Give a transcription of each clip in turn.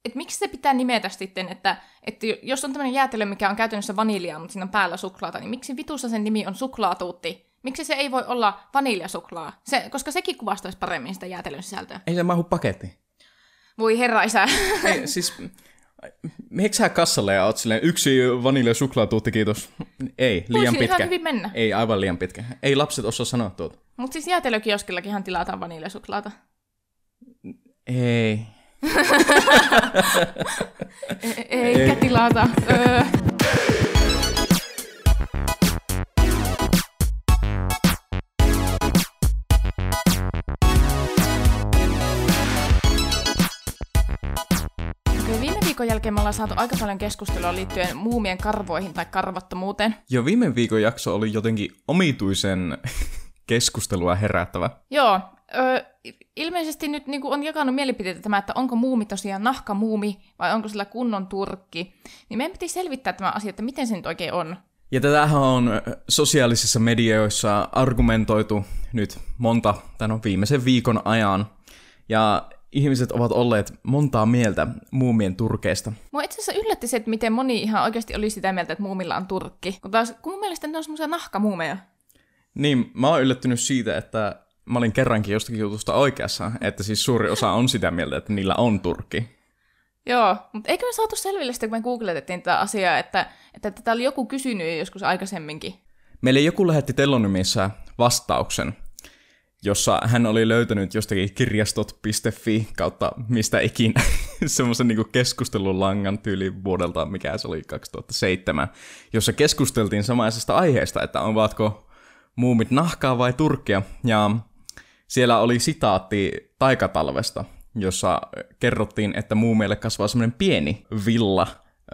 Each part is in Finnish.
että miksi se pitää nimetä sitten, että jos on tämmöinen jäätelö, mikä on käytännössä vaniljaa, mutta siinä on päällä suklaata, niin miksi vitussa sen nimi on suklaatuutti? Miksi se ei voi olla vaniljasuklaa? Koska sekin kuvastaisi paremmin sitä jäätelön sisältöä. Ei se mahu pakettiin. Voi herra isä. Ei, siis, meneekö sä kassalle ja oot silleen, yksi vaniljasuklaatuutti, kiitos? Ei, liian pitkä. Voisi hyvin mennä. Ei, aivan liian pitkä. Ei lapset osaa sanoa tuota. Mutta siis jäätelökioskillakinhan tilataan vaniljasuklaata. Ei. Eikä tilata. Viime viikon jälkeen me ollaan saatu aika paljon keskustelua liittyen muumien karvoihin tai karvattomuuteen. Jo viime viikon jakso oli jotenkin omituisen keskustelua herättävä. Joo, ilmeisesti nyt niin on jakanut mielipiteitä tämä, että onko muumi tosiaan nahkamuumi vai onko sillä kunnon turkki. Niin meidän piti selvittää tämä asia, että miten se nyt oikein on. Ja tätähän on sosiaalisissa medioissa argumentoitu nyt viimeisen viikon ajan. Ja ihmiset ovat olleet montaa mieltä muumien turkeista. Mua itse asiassa yllätti se, että miten moni ihan oikeasti oli sitä mieltä, että muumilla on turkki. Kun mun mielestä ne on semmoisia nahkamuumeja. Niin, mä oon yllättynyt siitä, että mä olin kerrankin jostakin jutusta oikeassa, että siis suuri osa on sitä mieltä, että niillä on turkki. Joo, mutta eikö me saatu selville sitä, kun me googletettiin tätä asiaa, että tätä oli joku kysynyt joskus aikaisemminkin. Meille joku lähetti Telonymissa vastauksen, jossa hän oli löytänyt jostakin kirjastot.fi kautta mistä ikinä semmoisen niinku keskustelulangan tyyli vuodelta, mikä se oli 2007, jossa keskusteltiin samaisesta aiheesta, että ovatko muumit nahkaa vai turkkia, ja siellä oli sitaatti Taikatalvesta, jossa kerrottiin, että muumeille kasvaa semmoinen pieni villa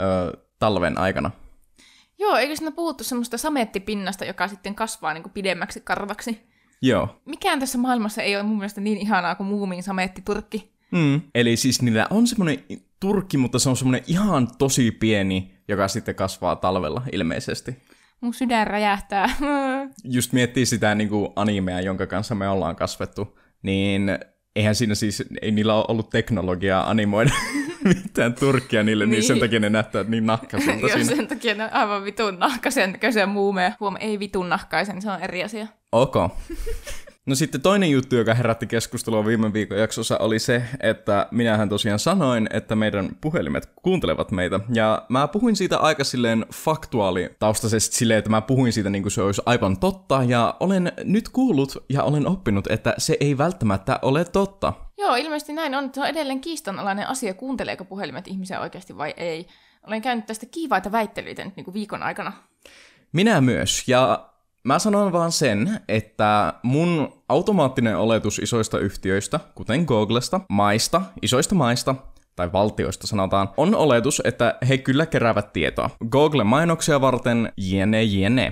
talven aikana. Joo, eikö siinä puhuttu semmoista samettipinnasta, joka sitten kasvaa niin kuin pidemmäksi karvaksi? Joo. Mikään tässä maailmassa ei ole mun mielestä niin ihanaa kuin muumiin samettiturkki. Eli siis niillä on semmoinen turkki, mutta se on semmoinen ihan tosi pieni, joka sitten kasvaa talvella ilmeisesti. Mun sydän räjähtää. Just miettii sitä niin kuin animea, jonka kanssa me ollaan kasvettu, niin eihän siinä siis, ei niillä ole ollut teknologiaa animoida mitään turkkia niille, niin sen takia ne näyttää niin nahkaisilta Joo, siinä. sen takia ne on aivan vitun nahkaisen näköisiä muumeja. Ei vitun nahkaisen, se on eri asia. Okay. No sitten toinen juttu, joka herätti keskustelua viime viikon jaksossa, oli se, että minähän tosiaan sanoin, että meidän puhelimet kuuntelevat meitä. Ja mä puhuin siitä aika silleen faktuaalitaustaisesti silleen, että mä puhuin siitä niin kuin se olisi aivan totta. Ja olen nyt kuullut ja olen oppinut, että se ei välttämättä ole totta. Joo, ilmeisesti näin on. Se on edelleen kiistanalainen asia, kuunteleeko puhelimet ihmisiä oikeasti vai ei. Olen käynyt tästä kiivaita väittelyitä nyt niin kuin viikon aikana. Minä myös, ja mä sanon vaan sen, että mun automaattinen oletus isoista yhtiöistä, kuten Googlesta, isoista maista, tai valtioista sanotaan, on oletus, että he kyllä keräävät tietoa. Google-mainoksia varten, jne.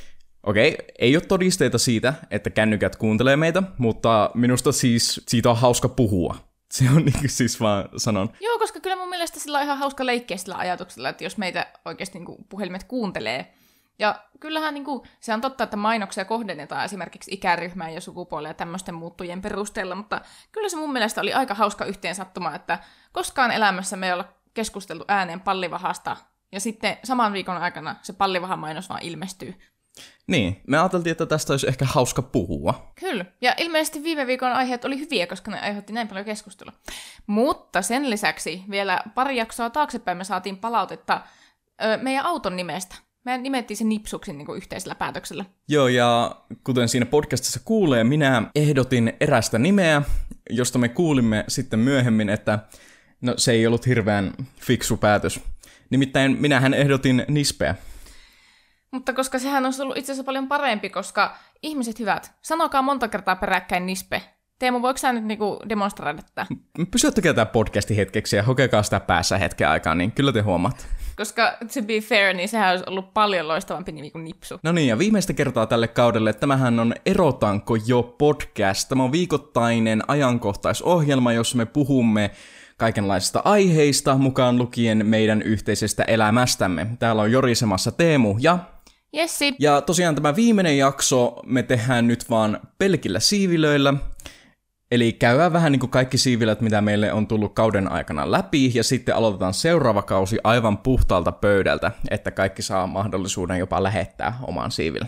Okei, ei ole todisteita siitä, että kännykät kuuntelee meitä, mutta minusta siis siitä on hauska puhua. Se on niin siis vaan sanon. Joo, koska kyllä mun mielestä sillä on ihan hauska leikkiä sillä ajatuksella, että jos meitä oikeasti niin kuin puhelimet kuuntelee. Ja kyllähän niin kuin, se on totta, että mainoksia kohdennetaan esimerkiksi ikäryhmään ja sukupuoleen ja tämmöisten muuttujien perusteella, mutta kyllä se mun mielestä oli aika hauska yhteensattuma, että koskaan elämässä me ei olla keskusteltu ääneen pallivahasta, ja sitten saman viikon aikana se pallivahamainos vaan ilmestyy. Niin, me ajateltiin, että tästä olisi ehkä hauska puhua. Kyllä, ja ilmeisesti viime viikon aiheet oli hyviä, koska ne aiheutti näin paljon keskustelua. Mutta sen lisäksi vielä pari jaksoa taaksepäin me saatiin palautetta meidän auton nimestä. Me nimettiin se Nipsuksin niin kuin yhteisellä päätöksellä. Joo, ja kuten siinä podcastissa kuulee, minä ehdotin erästä nimeä, josta me kuulimme sitten myöhemmin, että no se ei ollut hirveän fiksu päätös. Nimittäin minähän ehdotin Nispeä. Mutta koska sehän on ollut itse asiassa paljon parempi, koska ihmiset hyvät, sanokaa monta kertaa peräkkäin Nispe. Teemu, voiko sä nyt niinku demonstroida tätä? Pysyttäkää tämä podcasti hetkeksi ja hokekaa sitä päässä hetken aikaa, niin kyllä te huomaat. Koska to be fair, niin sehän olisi ollut paljon loistavampi nimi kuin Nipsu. No niin, ja viimeistä kertaa tälle kaudelle, tämähän on Erotanko jo podcast. Tämä on viikoittainen ajankohtaisohjelma, jossa me puhumme kaikenlaisista aiheista, mukaan lukien meidän yhteisestä elämästämme. Täällä on jorisemassa Teemu ja Jessi. Ja tosiaan tämä viimeinen jakso me tehdään nyt vaan pelkillä siivilöillä. Eli käydään vähän niin kuin kaikki siivilät, mitä meille on tullut kauden aikana läpi, ja sitten aloitetaan seuraava kausi aivan puhtaalta pöydältä, että kaikki saa mahdollisuuden jopa lähettää oman siivillä.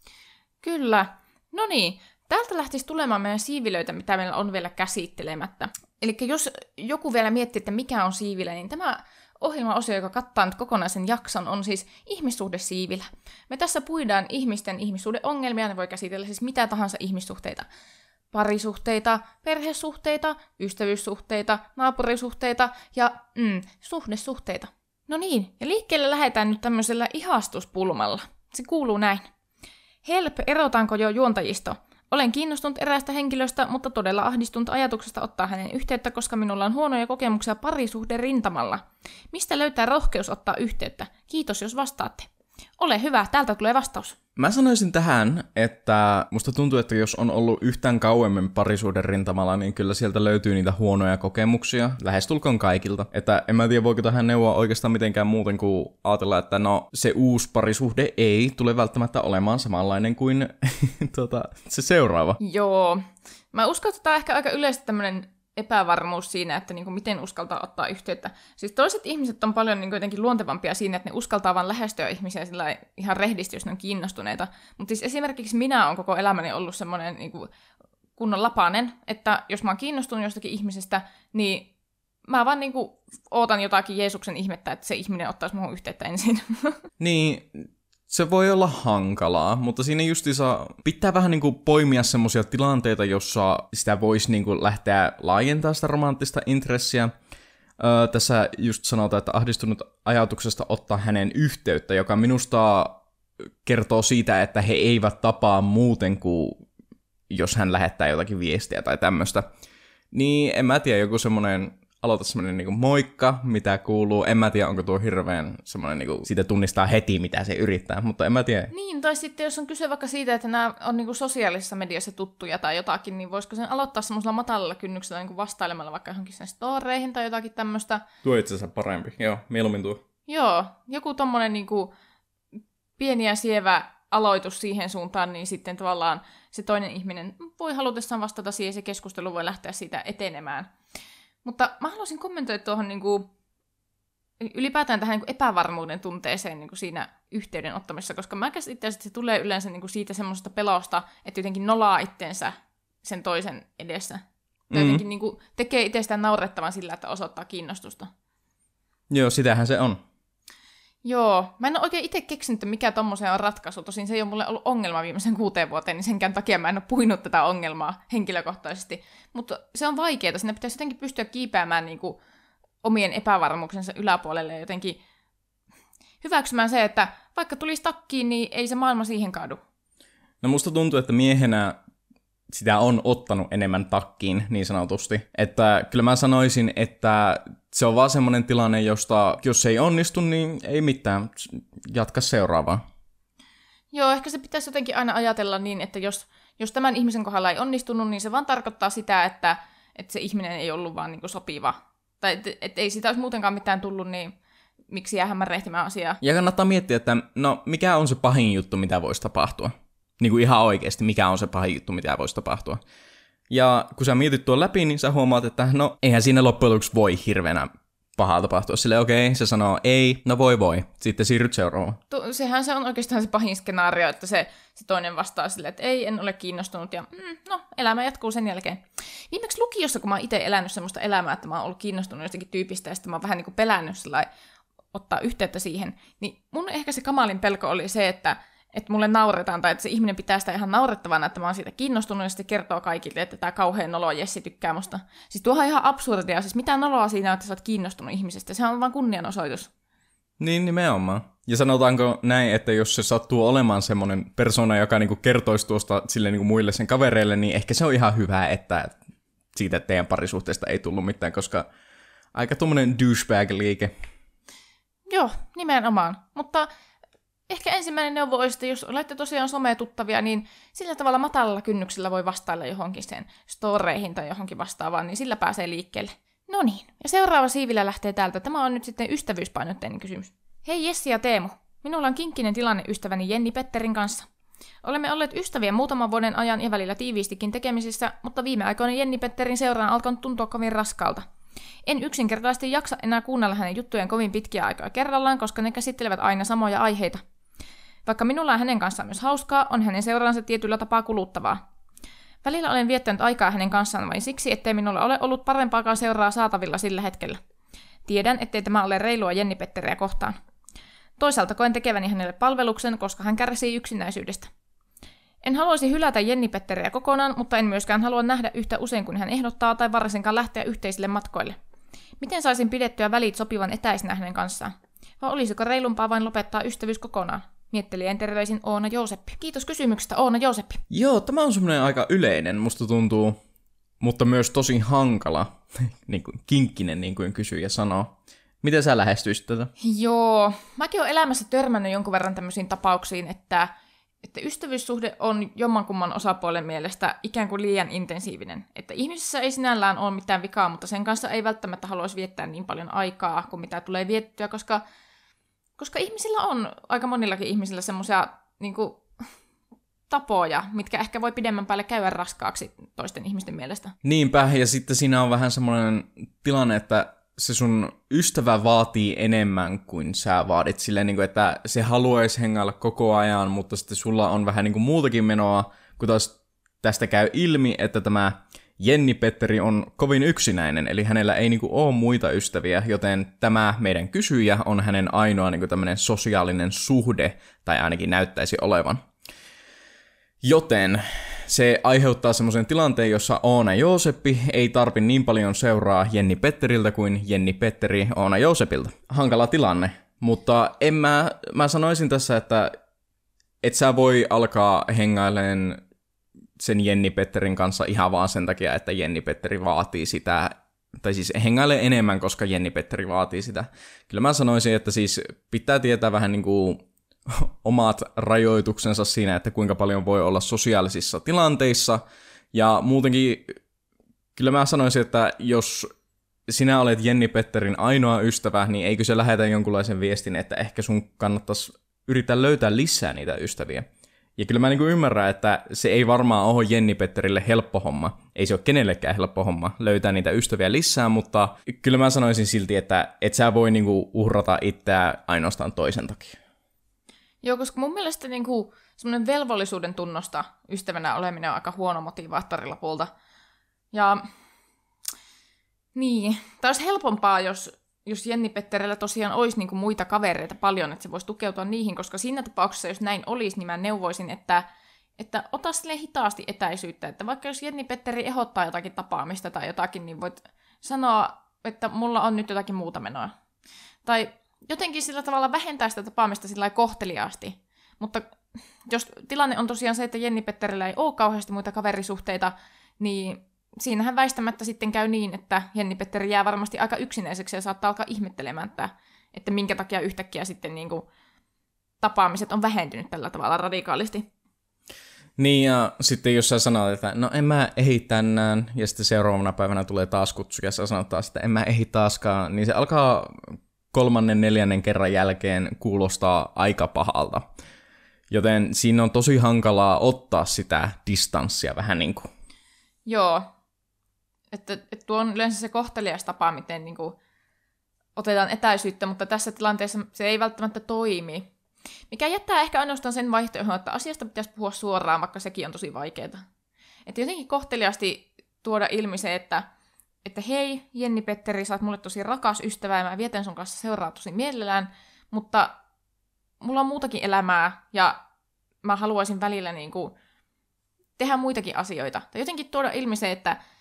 Kyllä. No niin, täältä lähtisi tulemaan meidän siivilöitä, mitä meillä on vielä käsittelemättä. Eli jos joku vielä miettii, että mikä on siivilä, niin tämä ohjelmaosio, joka kattaa nyt kokonaisen jakson, on siis ihmissuhdesiivilä. Me tässä puidaan ihmisten ihmissuhdeongelmia, ne voi käsitellä siis mitä tahansa ihmissuhteita. Parisuhteita, perhesuhteita, ystävyyssuhteita, naapurisuhteita ja suhdesuhteita. No niin, ja liikkeelle lähdetään nyt tämmöisellä ihastuspulmalla. Se kuuluu näin. Help, erotaanko jo juontajisto? Olen kiinnostunut eräästä henkilöstä, mutta todella ahdistunut ajatuksesta ottaa hänen yhteyttä, koska minulla on huonoja kokemuksia parisuhteen rintamalla. Mistä löytää rohkeus ottaa yhteyttä? Kiitos, jos vastaatte. Ole hyvä, täältä tulee vastaus. Mä sanoisin tähän, että musta tuntuu, että jos on ollut yhtään kauemmin parisuhden rintamalla, niin kyllä sieltä löytyy niitä huonoja kokemuksia, lähestulkoon kaikilta. Että en mä tiedä, voiko tähän neuvoa oikeastaan mitenkään muuten kuin ajatella, että no se uusi parisuhde ei tule välttämättä olemaan samanlainen kuin se seuraava. Joo. Mä uskon, että tämä on ehkä aika yleisesti tämmöinen epävarmuus siinä, että niinku miten uskaltaa ottaa yhteyttä. Siis toiset ihmiset on paljon niinku jotenkin luontevampia siinä, että ne uskaltaa vaan lähestyä ihmisiä sillä ihan rehdisti, jos ne on kiinnostuneita. Mutta siis esimerkiksi minä olen koko elämäni ollut semmoinen niinku kunnon lapanen, että jos mä oon kiinnostunut jostakin ihmisestä, niin mä vaan niinku ootan jotakin Jeesuksen ihmettä, että se ihminen ottaisi muhun yhteyttä ensin. Niin, se voi olla hankalaa, mutta siinä justiinsa pitää vähän niinku poimia semmoisia tilanteita, jossa sitä voisi niinku lähteä laajentamaan sitä romanttista intressiä. Tässä just sanotaan, että ahdistunut ajatuksesta ottaa hänen yhteyttä, joka minusta kertoo siitä, että he eivät tapaa muuten kuin jos hän lähettää jotakin viestiä tai tämmöistä. Niin en mä tiedä, joku semmoinen aloita semmoinen niinku moikka, mitä kuuluu. En mä tiedä, onko tuo hirveän semmoinen, niinku, siitä tunnistaa heti, mitä se yrittää, mutta en mä tiedä. Niin, tai sitten jos on kyse vaikka siitä, että nämä on niinku sosiaalisessa mediassa tuttuja tai jotakin, niin voisiko sen aloittaa semmoisella matalalla kynnyksellä niinku vastailemalla vaikka johonkin sen storeihin tai jotakin tämmöistä. Tuo itse asiassa parempi, joo, mieluummin tuo. Joo, joku tommonen niinku pieni ja sievä aloitus siihen suuntaan, niin sitten tavallaan se toinen ihminen voi halutessaan vastata siihen, ja se keskustelu voi lähteä siitä etenemään. Mutta mä haluaisin kommentoida tuohon niinku, ylipäätään tähän niinku epävarmuuden tunteeseen niinku siinä yhteyden ottamisessa, koska mä käsittäisin, että se tulee yleensä niinku siitä semmoisesta pelosta, että jotenkin nolaa itteensä sen toisen edessä. Tai jotenkin niinku tekee itsestään naurettavan sillä, että osoittaa kiinnostusta. Joo, sitähän se on. Joo, mä en ole oikein itse keksinyt, että mikä tommoseen on ratkaisu. Tosin se ei ole mulle ollut ongelma viimeisen 6 vuoteen, niin senkään takia mä en ole puinut tätä ongelmaa henkilökohtaisesti. Mutta se on vaikeaa, sinne pitäisi jotenkin pystyä kiipeämään niinku omien epävarmuuksensa yläpuolelle ja jotenkin hyväksymään se, että vaikka tulisi takkiin, niin ei se maailma siihen kaadu. No musta tuntuu, että miehenä sitä on ottanut enemmän takkiin, niin sanotusti. Että kyllä mä sanoisin, että se on vaan semmoinen tilanne, josta jos se ei onnistu, niin ei mitään. Jatka seuraavaa. Joo, ehkä se pitäisi jotenkin aina ajatella niin, että jos tämän ihmisen kohdalla ei onnistunut, niin se vaan tarkoittaa sitä, että se ihminen ei ollut vaan niinku sopiva. Tai että ei sitä olisi muutenkaan mitään tullut, niin miksi jää hämärehtimään asiaa. Ja kannattaa miettiä, että no mikä on se pahin juttu, mitä voisi tapahtua. Niin kuin ihan oikeasti, mikä on se pahin juttu, mitä voisi tapahtua. Ja kun sä mietit tuon läpi, niin sä huomaat, että no eihän siinä loppujen lopuksi voi hirveänä pahaa tapahtua. Silleen okei, se sanoo ei, no voi. Sitten siirryt seuraavaan. Sehän se on oikeastaan se pahin skenaario, että se toinen vastaa silleen, että ei, en ole kiinnostunut ja no, elämä jatkuu sen jälkeen. Viimeksi lukiossa, kun mä oon itse elänyt semmoista elämää, että mä oon ollut kiinnostunut jostakin tyypistä ja sitten mä oon vähän niin kuin pelännyt ottaa yhteyttä siihen, niin mun ehkä se kamalin pelko oli se, että mulle nauretaan, tai että se ihminen pitää sitä ihan naurettavana, että mä oon siitä kiinnostunut, ja sitten kertoo kaikille, että tää kauhean nolo Jessi tykkää musta. Siis tuohan on ihan absurdia, siis mitä noloa siinä on, että sä oot kiinnostunut ihmisestä, se on vaan kunnianosoitus. Niin, nimenomaan. Ja sanotaanko näin, että jos se sattuu olemaan semmoinen persona, joka niinku kertoisi tuosta sille niinku muille sen kavereille, niin ehkä se on ihan hyvä, että siitä teidän parisuhteesta ei tullut mitään, koska aika tuommoinen douchebag-liike. Joo, nimenomaan. Mutta ehkä ensimmäinen neuvo olisi, että jos olette tosiaan sometuttavia, niin sillä tavalla matalalla kynnyksellä voi vastailla johonkin sen storeihin tai johonkin vastaavaan, niin sillä pääsee liikkeelle. No niin, ja seuraava siivilä lähtee täältä. Tämä on nyt sitten ystävyyspainotteinen kysymys. Hei Jessi ja Teemu, minulla on kinkkinen tilanne ystäväni Jenni Petterin kanssa. Olemme olleet ystäviä muutaman vuoden ajan ja välillä tiiviistikin tekemisissä, mutta viime aikoina Jenni-Petterin seuraan alkanut tuntua kovin raskalta. En yksinkertaisesti jaksa enää kuunnella hänen juttujen kovin pitkiä aikaa kerrallaan, koska ne käsittelevät aina samoja aiheita. Vaikka minulla on hänen kanssaan myös hauskaa, on hänen seuraansa tietyllä tapaa kuluttavaa. Välillä olen viettänyt aikaa hänen kanssaan vain siksi, ettei minulla ole ollut parempaakaan seuraa saatavilla sillä hetkellä. Tiedän, ettei tämä ole reilua Jenni-Petteriä kohtaan. Toisaalta koen tekeväni hänelle palveluksen, koska hän kärsii yksinäisyydestä. En haluaisi hylätä Jenni-Petteriä kokonaan, mutta en myöskään halua nähdä yhtä usein kuin hän ehdottaa tai varsinkaan lähteä yhteisille matkoille. Miten saisin pidettyä välit sopivan etäisenä hänen kanssaan? Vai olisiko reilumpaa vain lopettaa ystävyys kokonaan? Miettelijän terveisin Oona Jooseppi. Kiitos kysymyksestä, Oona Jooseppi. Joo, tämä on semmoinen aika yleinen, musta tuntuu, mutta myös tosi hankala, niin kuin kinkkinen, niin kuin kysyjä sanoo. Miten sä lähestyisit tätä? Joo, mäkin olen elämässä törmännyt jonkun verran tämmöisiin tapauksiin, että ystävyyssuhde on jommankumman osapuolen mielestä ikään kuin liian intensiivinen. Että ihmisessä ei sinällään ole mitään vikaa, mutta sen kanssa ei välttämättä haluaisi viettää niin paljon aikaa kuin mitä tulee viettyä, koska ihmisillä on, aika monillakin ihmisillä semmoisia niin kuin tapoja, mitkä ehkä voi pidemmän päälle käydä raskaaksi toisten ihmisten mielestä. Niinpä, ja sitten siinä on vähän semmoinen tilanne, että se sun ystävä vaatii enemmän kuin sä vaadit. Silleen, niin kuin, että se haluaisi hengailla koko ajan, mutta sitten sulla on vähän niin kuin muutakin menoa, kun taas tästä käy ilmi, että tämä Jenni-Petteri on kovin yksinäinen, eli hänellä ei niin kuin ole muita ystäviä, joten tämä meidän kysyjä on hänen ainoa niin kuin tämmöinen sosiaalinen suhde, tai ainakin näyttäisi olevan. Joten se aiheuttaa semmoisen tilanteen, jossa Oona Jooseppi ei tarvi niin paljon seuraa Jenni-Petteriltä kuin Jenni-Petteri Oona Joosepilta. Hankala tilanne, mutta mä sanoisin tässä, että et sä voi alkaa hengailemaan sen Jenni-Petterin kanssa ihan vaan sen takia, että Jenni-Petteri vaatii sitä, tai siis hengailee enemmän, koska Jenni-Petteri vaatii sitä. Kyllä mä sanoisin, että siis pitää tietää vähän niin kuin omat rajoituksensa siinä, että kuinka paljon voi olla sosiaalisissa tilanteissa, ja muutenkin kyllä mä sanoisin, että jos sinä olet Jenni-Petterin ainoa ystävä, niin eikö se lähetä jonkunlaisen viestin, että ehkä sun kannattaisi yrittää löytää lisää niitä ystäviä. Ja kyllä mä niin kuin ymmärrän, että se ei varmaan ole Jenni-Petterille helppo homma. Ei se ole kenellekään helppo homma löytää niitä ystäviä lisää, mutta kyllä mä sanoisin silti, että et sä voi niin kuin uhrata itseä ainoastaan toisen takia. Joo, koska mun mielestä niin kuin semmoinen velvollisuuden tunnosta ystävänä oleminen on aika huono motivaattori lopulta. Ja niin, tämä olisi helpompaa, jos Jenni-Petterillä tosiaan olisi niin kuin muita kavereita paljon, että se voisi tukeutua niihin, koska siinä tapauksessa, jos näin olisi, niin mä neuvoisin, että ota silleen hitaasti etäisyyttä, että vaikka jos Jenni-Petteri ehdottaa jotakin tapaamista tai jotakin, niin voit sanoa, että mulla on nyt jotakin muuta menoa. Tai jotenkin sillä tavalla vähentää sitä tapaamista sillä kohteliaasti. Mutta jos tilanne on tosiaan se, että Jenni-Petterillä ei ole kauheasti muita kaverisuhteita, niin siinähän väistämättä sitten käy niin, että Jenni-Petteri jää varmasti aika yksinäiseksi ja saattaa alkaa ihmettelemään, että minkä takia yhtäkkiä sitten niin kuin tapaamiset on vähentynyt tällä tavalla radikaalisti. Niin, ja sitten jos sä sanot, että no en mä ehdi tänään, ja sitten seuraavana päivänä tulee taas kutsu, ja sä sanot taas, että en mä ehdi taaskaan, niin se alkaa 3., 4. kerran jälkeen kuulostaa aika pahalta. Joten siinä on tosi hankalaa ottaa sitä distanssia vähän niin kuin. Joo. Että tuo on yleensä se kohtelias tapa, miten niin kuin otetaan etäisyyttä, mutta tässä tilanteessa se ei välttämättä toimi. Mikä jättää ehkä ainoastaan sen vaihtoehdon, että asiasta pitäisi puhua suoraan, vaikka sekin on tosi vaikeaa. Että jotenkin kohteliasti tuoda ilmi se, että hei, Jenni-Petteri, sä oot mulle tosi rakas ystävä ja mä vietän sun kanssa seuraa tosi mielellään, mutta mulla on muutakin elämää ja mä haluaisin välillä niin kuin tehdä muitakin asioita. Tai jotenkin tuoda ilmi se,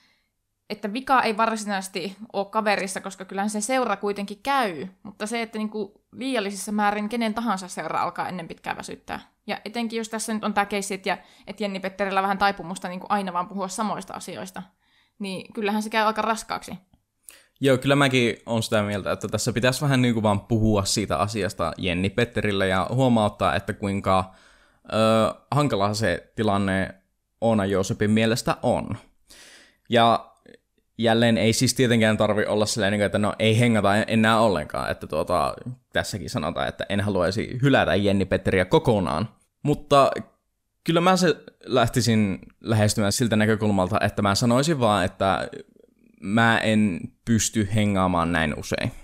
että vika ei varsinaisesti ole kaverissa, koska kyllähän se seura kuitenkin käy, mutta se, että niin kuin liiallisissa määrin kenen tahansa seura alkaa ennen pitkään väsyttää. Ja etenkin jos tässä nyt on tämä keissi, että Jenni-Petterillä vähän taipumusta niin kuin aina vaan puhua samoista asioista, niin kyllähän se käy aika raskaaksi. Joo, kyllä mäkin olen sitä mieltä, että tässä pitäisi vähän niin kuin vaan puhua siitä asiasta Jenni-Petterille ja huomauttaa, että kuinka hankalaa se tilanne Oona Joosepin mielestä on. Ja jälleen ei siis tietenkään tarvitse olla sellainen, että no ei hengata enää ollenkaan, että tässäkin sanotaan, että en haluaisi hylätä Jenni-Petteriä kokonaan. Mutta Kyllä mä lähtisin lähestymään siltä näkökulmalta, että mä sanoisin vaan, että mä en pysty hengaamaan näin usein.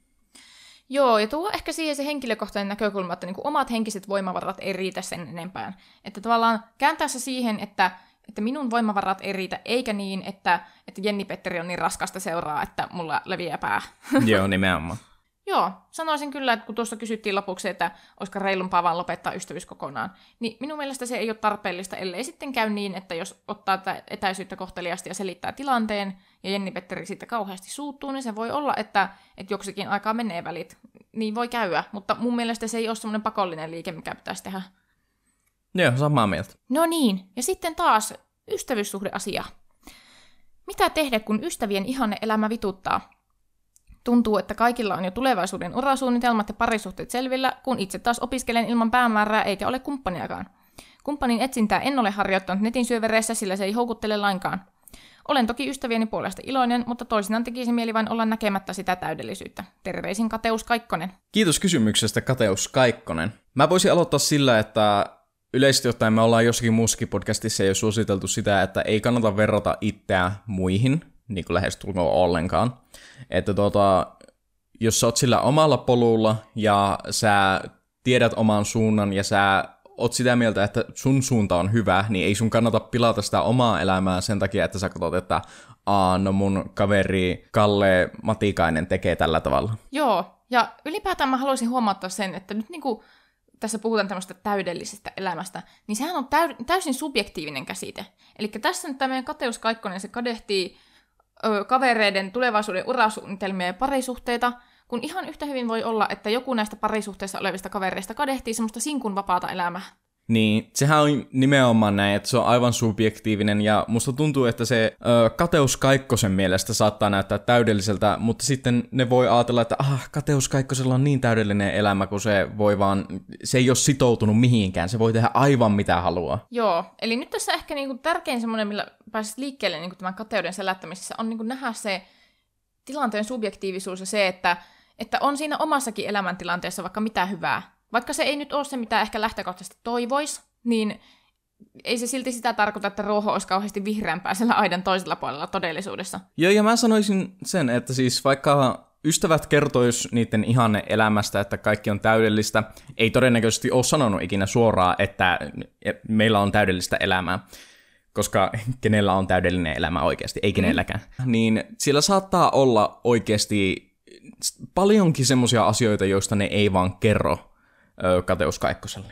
Joo, ja tuo ehkä siihen se henkilökohtainen näkökulma, että niinku omat henkiset voimavarat ei riitä sen enempään. Että tavallaan kääntää se siihen, että minun voimavarat ei riitä, eikä niin, että Jenni-Petteri on niin raskasta seuraa, että mulla leviää pää. Joo, nimenomaan. Joo, sanoisin kyllä, että kun tuossa kysyttiin lopuksi, että olisiko reilumpaa vaan lopettaa ystävyys kokonaan, niin minun mielestä se ei ole tarpeellista, ellei sitten käy niin, että jos ottaa tätä etäisyyttä kohteliasti ja selittää tilanteen, ja Jenni-Petteri siitä kauheasti suuttuu, niin se voi olla, että joksikin aikaa menee välit. Niin voi käydä, mutta mun mielestä se ei ole semmoinen pakollinen liike, mikä pitäisi tehdä. Joo, samaa mieltä. No niin, ja sitten taas ystävyyssuhdeasia. Mitä tehdä, kun ystävien ihanne elämä vituttaa? Tuntuu, että kaikilla on jo tulevaisuuden urasuunnitelmat ja parisuhteet selvillä, kun itse taas opiskelen ilman päämäärää eikä ole kumppaniakaan. Kumppanin etsintää en ole harjoittanut netin syövereissä, sillä se ei houkuttele lainkaan. Olen toki ystävieni puolesta iloinen, mutta toisinaan tekisi mieli vain olla näkemättä sitä täydellisyyttä. Terveisin Kateus Kaikkonen. Kiitos kysymyksestä, Kateus Kaikkonen. Mä voisin aloittaa sillä, että yleisesti ottaen me ollaan jossakin muussakin podcastissa jo suositeltu sitä, että ei kannata verrata itseä muihin, niin kuin lähestulkoon ollenkaan. Että jos sä oot sillä omalla polulla ja sä tiedät oman suunnan ja sä oot sitä mieltä, että sun suunta on hyvä, niin ei sun kannata pilata sitä omaa elämää sen takia, että sä katsot, että no mun kaveri Kalle Matikainen tekee tällä tavalla. Joo, ja ylipäätään mä haluaisin huomauttaa sen, että nyt niinku tässä puhutaan tämmöistä täydellisestä elämästä, niin sehän on täysin subjektiivinen käsite. Eli tässä nyt tämä meidän Kateus Kaikkonen, se kadehtii kavereiden tulevaisuuden urasuunnitelmia ja parisuhteita, kun ihan yhtä hyvin voi olla, että joku näistä parisuhteissa olevista kavereista kadehtii semmoista sinkun vapaata elämää. Niin, sehän on nimenomaan näin, että se on aivan subjektiivinen, ja musta tuntuu, että se Kateus Kaikkosen mielestä saattaa näyttää täydelliseltä, mutta sitten ne voi ajatella, että Kateus Kaikkosella on niin täydellinen elämä, kun se ei ole sitoutunut mihinkään, se voi tehdä aivan mitä haluaa. Joo, eli nyt tässä ehkä niinku tärkein semmoinen, millä pääsit liikkeelle niinku tämän kateuden selättämisessä, on niinku nähdä se tilanteen subjektiivisuus ja se, että on siinä omassakin elämäntilanteessa vaikka mitä hyvää. Vaikka se ei nyt ole se, mitä ehkä lähtökohtaisesti toivoisi, niin ei se silti sitä tarkoita, että ruoho olisi kauheasti vihreämpää siellä aidan toisella puolella todellisuudessa. Joo, ja mä sanoisin sen, että siis vaikka ystävät kertois niiden ihanne elämästä, että kaikki on täydellistä, ei todennäköisesti ole sanonut ikinä suoraan, että meillä on täydellistä elämää, koska kenellä on täydellinen elämä oikeasti, ei kenelläkään. Niin siellä saattaa olla oikeasti paljonkin semmoisia asioita, joista ne ei vaan kerro Kateus Kaikkoselle.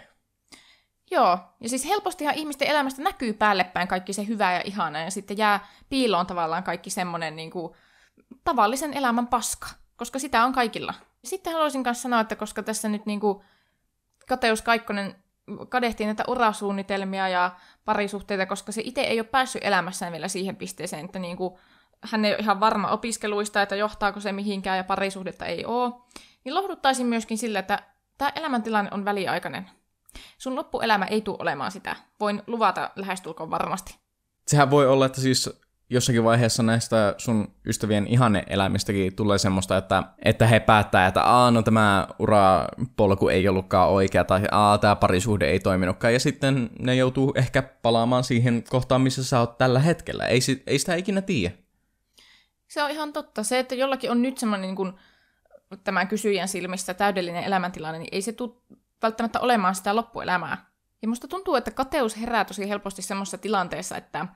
Joo, ja siis helpostihan ihmisten elämästä näkyy päällepäin kaikki se hyvä ja ihana, ja sitten jää piiloon tavallaan kaikki semmoinen niin kuin tavallisen elämän paska, koska sitä on kaikilla. Sitten haluaisin myös sanoa, että koska tässä nyt niin kuin Kateus Kaikkonen kadehtii näitä urasuunnitelmia ja parisuhteita, koska se itse ei ole päässyt elämässään vielä siihen pisteeseen, että niin kuin hän ei ole ihan varma opiskeluista, että johtaako se mihinkään ja parisuhdetta ei ole, niin lohduttaisin myöskin sillä, että tämä elämäntilanne on väliaikainen. Sun loppuelämä ei tule olemaan sitä. Voin luvata lähestulkoon varmasti. Sehän voi olla, että siis jossakin vaiheessa näistä sun ystävien ihanne-elämistäkin tulee semmoista, että he päättää, että no tämä urapolku ei ollutkaan oikea, tai tämä parisuhde ei toiminutkaan, ja sitten ne joutuu ehkä palaamaan siihen kohtaan, missä sä oot tällä hetkellä. Ei sitä ikinä tiedä. Se on ihan totta. Se, että jollakin on nyt semmoinen niin kuin tämän kysyjän silmissä täydellinen elämäntilanne, niin ei se tule välttämättä olemaan sitä loppuelämää. Ja musta tuntuu, että kateus herää tosi helposti semmoisessa tilanteessa, että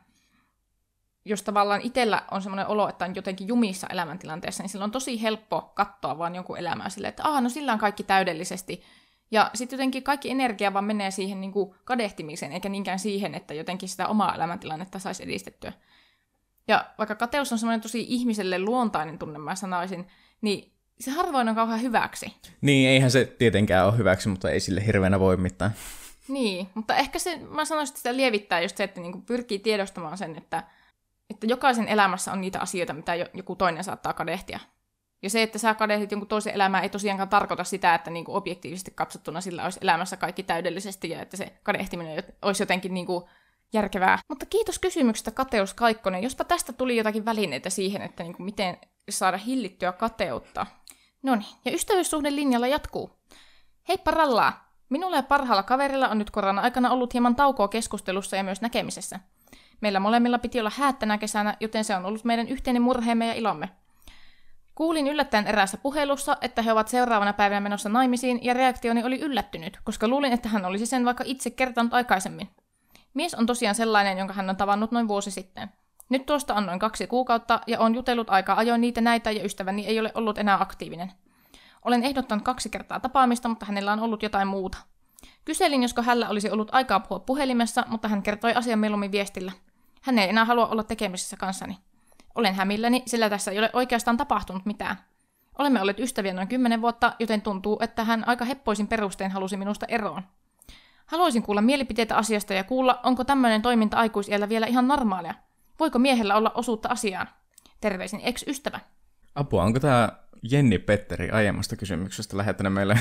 jos tavallaan itsellä on semmoinen olo, että on jotenkin jumissa elämäntilanteessa, niin silloin on tosi helppo katsoa vaan jonkun elämää silleen, että no sillä on kaikki täydellisesti. Ja sitten jotenkin kaikki energia vaan menee siihen niin kuin kadehtimiseen, eikä niinkään siihen, että jotenkin sitä omaa elämäntilannetta saisi edistettyä. Ja vaikka kateus on semmoinen tosi ihmiselle luontainen tunne, mä sanoisin, niin se harvoin on kauhean hyväksi. Niin, eihän se tietenkään ole hyväksi, mutta ei sille hirveänä voi mitään. Niin, mutta ehkä se, mä sanoisin, että sitä lievittää just se, että niinku pyrkii tiedostamaan sen, että jokaisen elämässä on niitä asioita, mitä joku toinen saattaa kadehtia. Ja se, että sä kadehdit jonkun toisen elämää, ei tosiaankaan tarkoita sitä, että niinku objektiivisesti katsottuna sillä olisi elämässä kaikki täydellisesti ja että se kadehtiminen olisi jotenkin niinku järkevää. Mutta kiitos kysymyksestä, Kateus Kaikkonen. Jospa tästä tuli jotakin välineitä siihen, että niinku miten saada hillittyä kateutta. Noniin, ja ystävyyssuhde linjalla jatkuu. Heippa rallaa! Minulla ja parhaalla kaverilla on nyt korona-aikana ollut hieman taukoa keskustelussa ja myös näkemisessä. Meillä molemmilla piti olla häät tänä kesänä, joten se on ollut meidän yhteinen murheemme ja ilomme. Kuulin yllättäen eräässä puhelussa, että he ovat seuraavana päivänä menossa naimisiin, ja reaktioni oli yllättynyt, koska luulin, että hän olisi sen vaikka itse kertonut aikaisemmin. Mies on tosiaan sellainen, jonka hän on tavannut noin vuosi sitten. Nyt tuosta on noin 2 kuukautta, ja on jutellut aika ajoin niitä näitä, ja ystäväni ei ole ollut enää aktiivinen. Olen ehdottanut 2 kertaa tapaamista, mutta hänellä on ollut jotain muuta. Kyselin, josko hänellä olisi ollut aikaa puhua puhelimessa, mutta hän kertoi asian mieluummin viestillä. Hän ei enää halua olla tekemisissä kanssani. Olen hämilläni, sillä tässä ei ole oikeastaan tapahtunut mitään. Olemme olleet ystäviä noin 10 vuotta, joten tuntuu, että hän aika heppoisin perustein halusi minusta eroon. Haluaisin kuulla mielipiteitä asiasta ja kuulla, onko tämmöinen toiminta aikuisiällä vielä ihan normaalia. Voiko miehellä olla osuutta asiaan? Terveisin ex-ystävä. Apua, onko tämä Jenni Petteri aiemmasta kysymyksestä lähettänyt meille?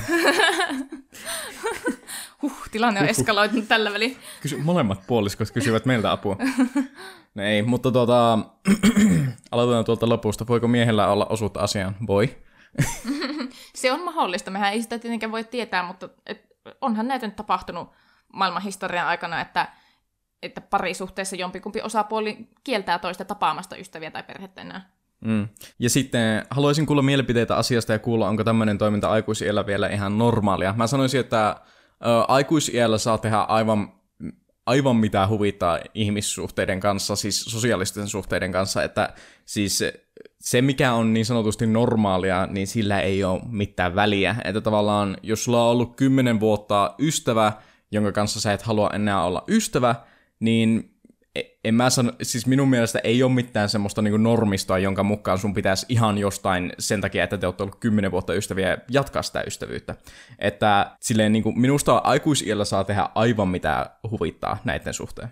Tilanne on eskaloitunut tällä väliin. Molemmat puoliskot kysyvät meiltä apua. No ei, mutta aloitetaan tuolta lopusta. Voiko miehellä olla osuutta asiaan? Voi. Se on mahdollista. Mehän ei sitä tietenkään voi tietää, mutta onhan näitä nyt tapahtunut maailman historian aikana, että parisuhteessa jompikumpi osapuoli kieltää toista tapaamasta ystäviä tai perhettä enää. Ja sitten haluaisin kuulla mielipiteitä asiasta ja kuulla, onko tämmöinen toiminta aikuisiällä vielä ihan normaalia. Mä sanoisin, että aikuisiällä saa tehdä aivan mitä huvittaa ihmissuhteiden kanssa, siis sosiaalisten suhteiden kanssa, että siis se mikä on niin sanotusti normaalia, niin sillä ei ole mitään väliä. Että tavallaan, jos sulla on ollut 10 vuotta ystävä, jonka kanssa sä et halua enää olla ystävä, niin en mä sano, siis minun mielestä ei ole mitään semmoista niin kuin normistoa, jonka mukaan sun pitäisi ihan jostain sen takia, että te olette ollut 10 vuotta ystäviä jatkaa sitä ystävyyttä. Että silleen niin kuin minusta aikuisiällä saa tehdä aivan mitä huvittaa näiden suhteen.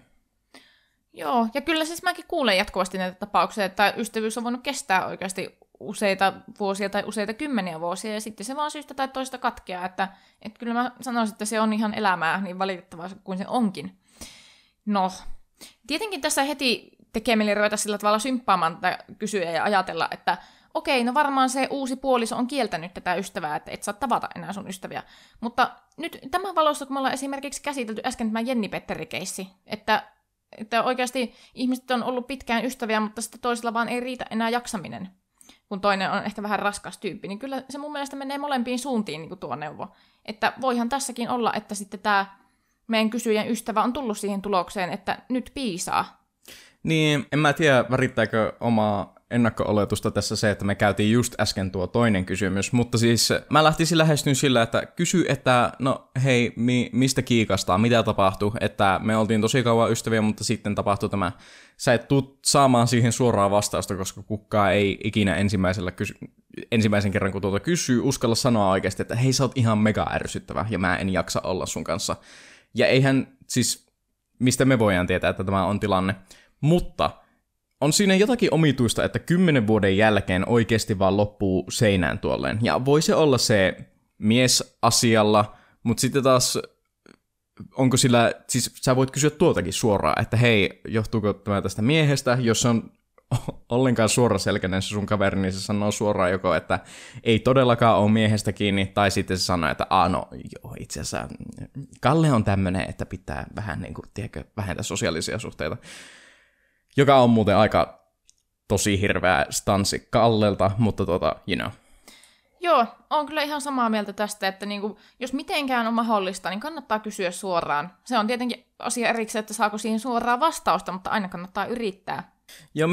Joo, ja kyllä siis mäkin kuulen jatkuvasti näitä tapauksia, että ystävyys on voinut kestää oikeasti useita vuosia tai useita kymmeniä vuosia, ja sitten se vaan syystä tai toista katkeaa, että kyllä mä sanoisin, että se on ihan elämää niin valitettavaa kuin se onkin. No, tietenkin tässä heti tekee mieli ruveta sillä tavalla symppaamaan tätä kysyä ja ajatella, että okei, no varmaan se uusi puoliso on kieltänyt tätä ystävää, että et saa tavata enää sun ystäviä. Mutta nyt tämän valossa, kun me ollaan esimerkiksi käsitelty äsken tämä Jenni Petteri-keissi, että oikeasti ihmiset on ollut pitkään ystäviä, mutta sitten toisella vaan ei riitä enää jaksaminen, kun toinen on ehkä vähän raskas tyyppi, niin kyllä se mun mielestä menee molempiin suuntiin niin kuin tuo neuvo. Että voihan tässäkin olla, että sitten tämä meidän kysyjän ystävä on tullut siihen tulokseen, että nyt piisaa. Niin, en mä tiedä, värittääkö omaa ennakko-oletusta tässä se, että me käytiin just äsken tuo toinen kysymys, mutta siis mä lähtisin lähestyn sillä, että kysy, että no hei, mistä kiikastaa, mitä tapahtui, että me oltiin tosi kauan ystäviä, mutta sitten tapahtui tämä. Sä et tuu saamaan siihen suoraa vastausta, koska kukaan ei ikinä ensimmäisen kerran, kun tuota kysyy, uskalla sanoa oikeasti, että hei, sä oot ihan mega ärsyttävä ja mä en jaksa olla sun kanssa. Ja eihän siis, mistä me voidaan tietää, että tämä on tilanne, mutta on siinä jotakin omituista, että 10 vuoden jälkeen oikeasti vaan loppuu seinään tuolleen. Ja voi se olla se mies asialla, mutta sitten taas, onko sillä, siis sä voit kysyä tuoltakin suoraan, että hei, johtuuko tämä tästä miehestä, jos on ollenkaan suoraselkäinen se sun kaveri, niin se sanoo suoraan joko, että ei todellakaan ole miehestä kiinni, tai sitten se sanoo, että no joo, itse asiassa Kalle on tämmönen, että pitää vähän niin kuin, tiedätkö, vähentää sosiaalisia suhteita. Joka on muuten aika tosi hirveä stanssi Kallelta, mutta Joo, on kyllä ihan samaa mieltä tästä, että niinku, jos mitenkään on mahdollista, niin kannattaa kysyä suoraan. Se on tietenkin asia erikseen, että saako siihen suoraan vastausta, mutta aina kannattaa yrittää. Joo,